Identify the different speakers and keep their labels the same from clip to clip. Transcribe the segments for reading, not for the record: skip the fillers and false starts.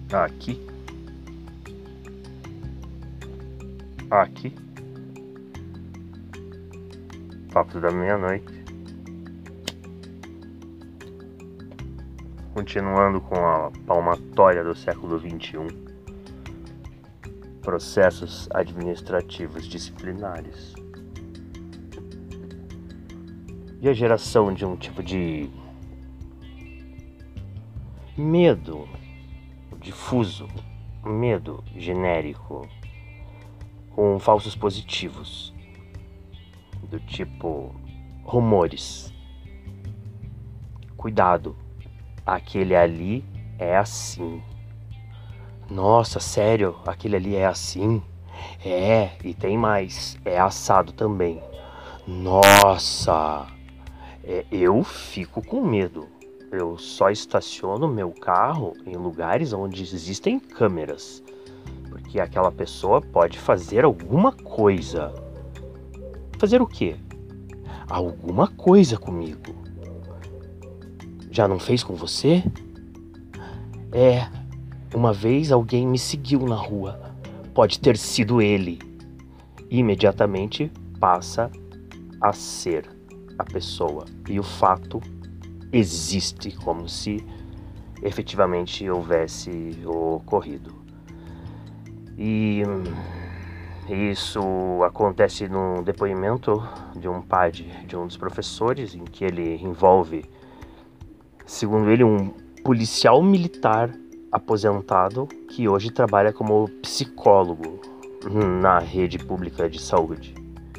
Speaker 1: Aqui. Aqui. Papo da meia-noite. Continuando com a palmatória do século XXI. Processos administrativos disciplinares. E a geração de um tipo de medo difuso, medo genérico, com falsos positivos, do tipo rumores. Cuidado, aquele ali é assim. Nossa, sério, aquele ali é assim? É, e tem mais, é assado também. Nossa, eu fico com medo. Eu só estaciono meu carro em lugares onde existem câmeras, porque aquela pessoa pode fazer alguma coisa. Fazer o quê? Alguma coisa comigo. Já não fez com você? Uma vez alguém me seguiu na rua. Pode ter sido ele. Imediatamente passa a ser a pessoa. E o fato existe como se efetivamente houvesse ocorrido. E isso acontece num depoimento de um padre, de um dos professores, em que ele envolve, segundo ele, um policial militar aposentado que hoje trabalha como psicólogo na rede pública de saúde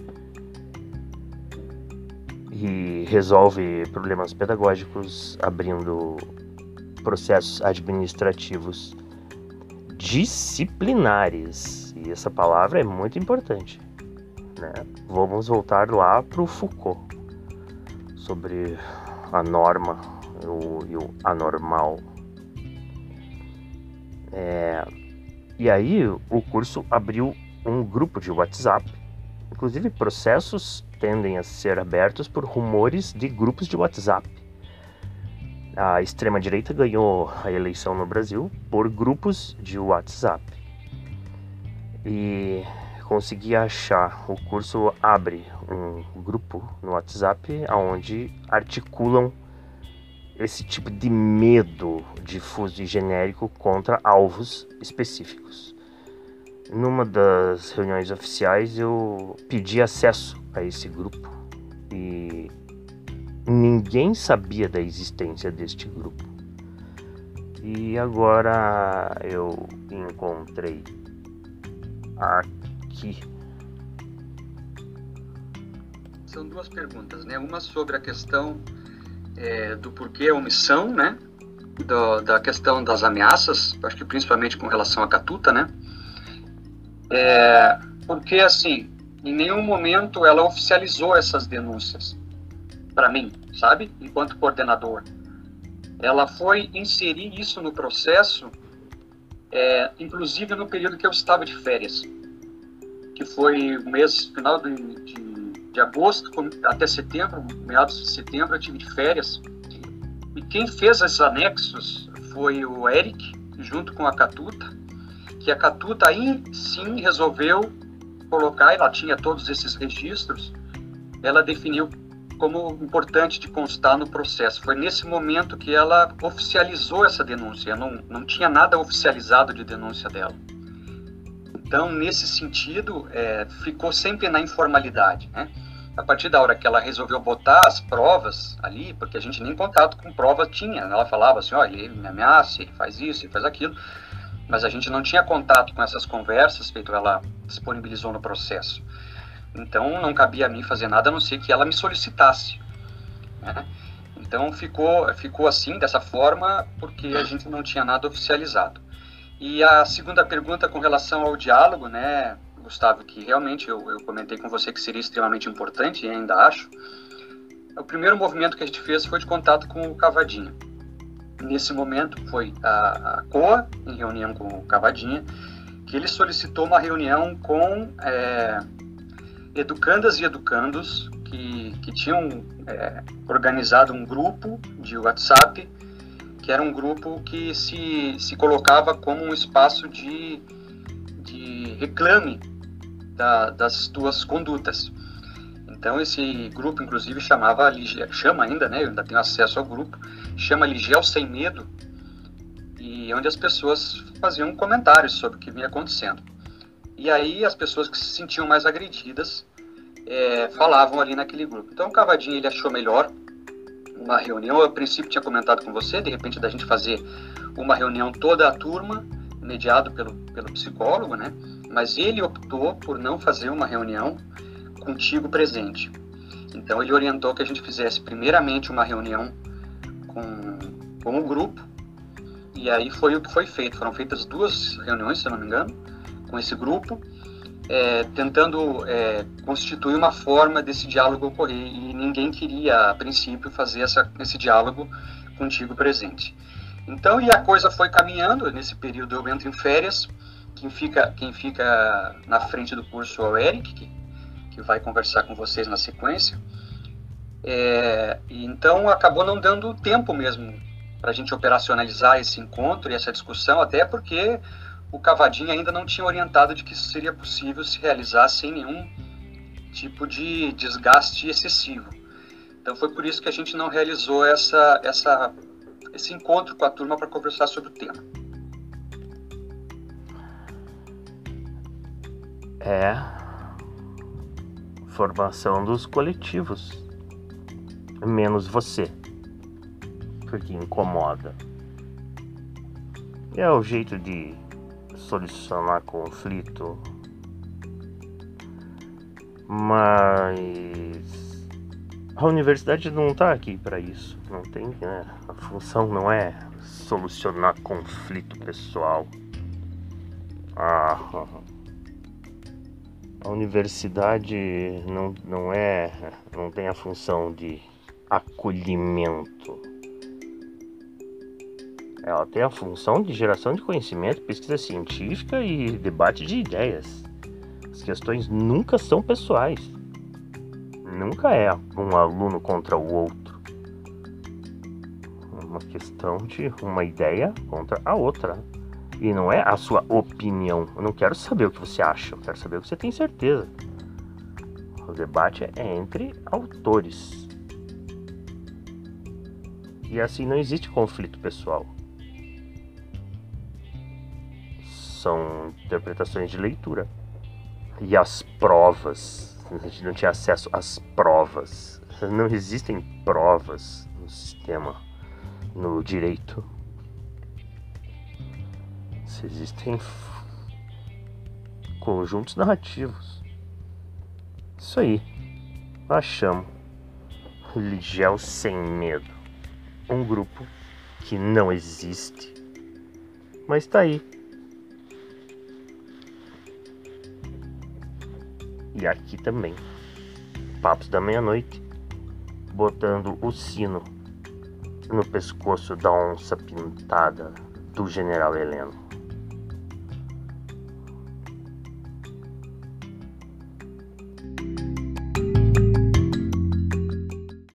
Speaker 1: e resolve problemas pedagógicos abrindo processos administrativos disciplinares. E essa palavra é muito importante, né? Vamos voltar lá para o Foucault sobre a norma e o anormal. E aí o curso abriu um grupo de WhatsApp. Inclusive processos tendem a ser abertos por rumores de grupos de WhatsApp. A extrema-direita ganhou a eleição no Brasil por grupos de WhatsApp. E consegui achar, o curso abre um grupo no WhatsApp onde articulam esse tipo de medo difuso e genérico contra alvos específicos. Numa das reuniões oficiais eu pedi acesso a esse grupo e ninguém sabia da existência deste grupo. E agora eu encontrei aqui.
Speaker 2: São duas perguntas, né? Uma sobre a questão do porquê a omissão, né? Da questão das ameaças, acho que principalmente com relação à Catuta, né? Porque, assim, em nenhum momento ela oficializou essas denúncias para mim, sabe? Enquanto coordenador. Ela foi inserir isso no processo, inclusive no período que eu estava de férias, que foi o mês final de agosto até setembro, meados de setembro eu tive de férias. E quem fez esses anexos foi o Eric, junto com a Catuta, que a Catuta aí sim resolveu colocar, ela tinha todos esses registros, ela definiu como importante de constar no processo. Foi nesse momento que ela oficializou essa denúncia, não tinha nada oficializado de denúncia dela. Então, nesse sentido, ficou sempre na informalidade, né? A partir da hora que ela resolveu botar as provas ali, porque a gente nem contato com prova tinha, ela falava assim, olha, ele me ameaça, ele faz isso, ele faz aquilo, mas a gente não tinha contato com essas conversas, feito ela disponibilizou no processo. Então, não cabia a mim fazer nada, a não ser que ela me solicitasse, né? Então, ficou assim, dessa forma, porque a gente não tinha nada oficializado. E a segunda pergunta com relação ao diálogo, né, Gustavo, que realmente eu comentei com você que seria extremamente importante, e ainda acho. O primeiro movimento que a gente fez foi de contato com o Cavadinha. Nesse momento foi a COA, em reunião com o Cavadinha, que ele solicitou uma reunião com educandas e educandos que tinham organizado um grupo de WhatsApp que era um grupo que se colocava como um espaço de reclame das tuas condutas. Então esse grupo, inclusive, chama ainda, né? Eu ainda tenho acesso ao grupo, chama Ligel Sem Medo, e onde as pessoas faziam comentários sobre o que vinha acontecendo. E aí as pessoas que se sentiam mais agredidas falavam ali naquele grupo. Então o Cavadinha, ele achou melhor uma reunião. Eu, a princípio, tinha comentado com você, de repente, da gente fazer uma reunião toda a turma, mediado pelo psicólogo, né? Mas ele optou por não fazer uma reunião contigo presente. Então ele orientou que a gente fizesse primeiramente uma reunião com o grupo, e aí foi o que foi feito. Foram feitas 2 reuniões, se eu não me engano, com esse grupo, tentando constituir uma forma desse diálogo ocorrer, e ninguém queria, a princípio, fazer esse diálogo contigo presente. Então, e a coisa foi caminhando. Nesse período eu entro em férias. Quem fica na frente do curso é o Eric, que vai conversar com vocês na sequência. Então acabou não dando tempo mesmo para a gente operacionalizar esse encontro e essa discussão, até porque o Cavadinha ainda não tinha orientado de que isso seria possível se realizar sem nenhum tipo de desgaste excessivo. Então foi por isso que a gente não realizou esse encontro com a turma para conversar sobre o tema.
Speaker 1: Formação dos coletivos, menos você, porque incomoda. É o jeito de solucionar conflito, mas a universidade não está aqui para isso. Não tem, né? A função não é solucionar conflito pessoal. A universidade não tem a função de acolhimento. Ela tem a função de geração de conhecimento, pesquisa científica e debate de ideias. As questões nunca são pessoais. Nunca é um aluno contra o outro. É uma questão de uma ideia contra a outra. E não é a sua opinião. Eu não quero saber o que você acha, eu quero saber o que você tem certeza. O debate é entre autores. E assim não existe conflito pessoal. São interpretações de leitura. E as provas. A gente não tinha acesso às provas. Não existem provas no sistema, no direito. Existem conjuntos narrativos. Isso aí. Achamos Ligel Sem Medo. Um grupo que não existe, mas tá aí. E aqui também. Papos da Meia-Noite, botando o sino no pescoço da onça pintada do General Heleno.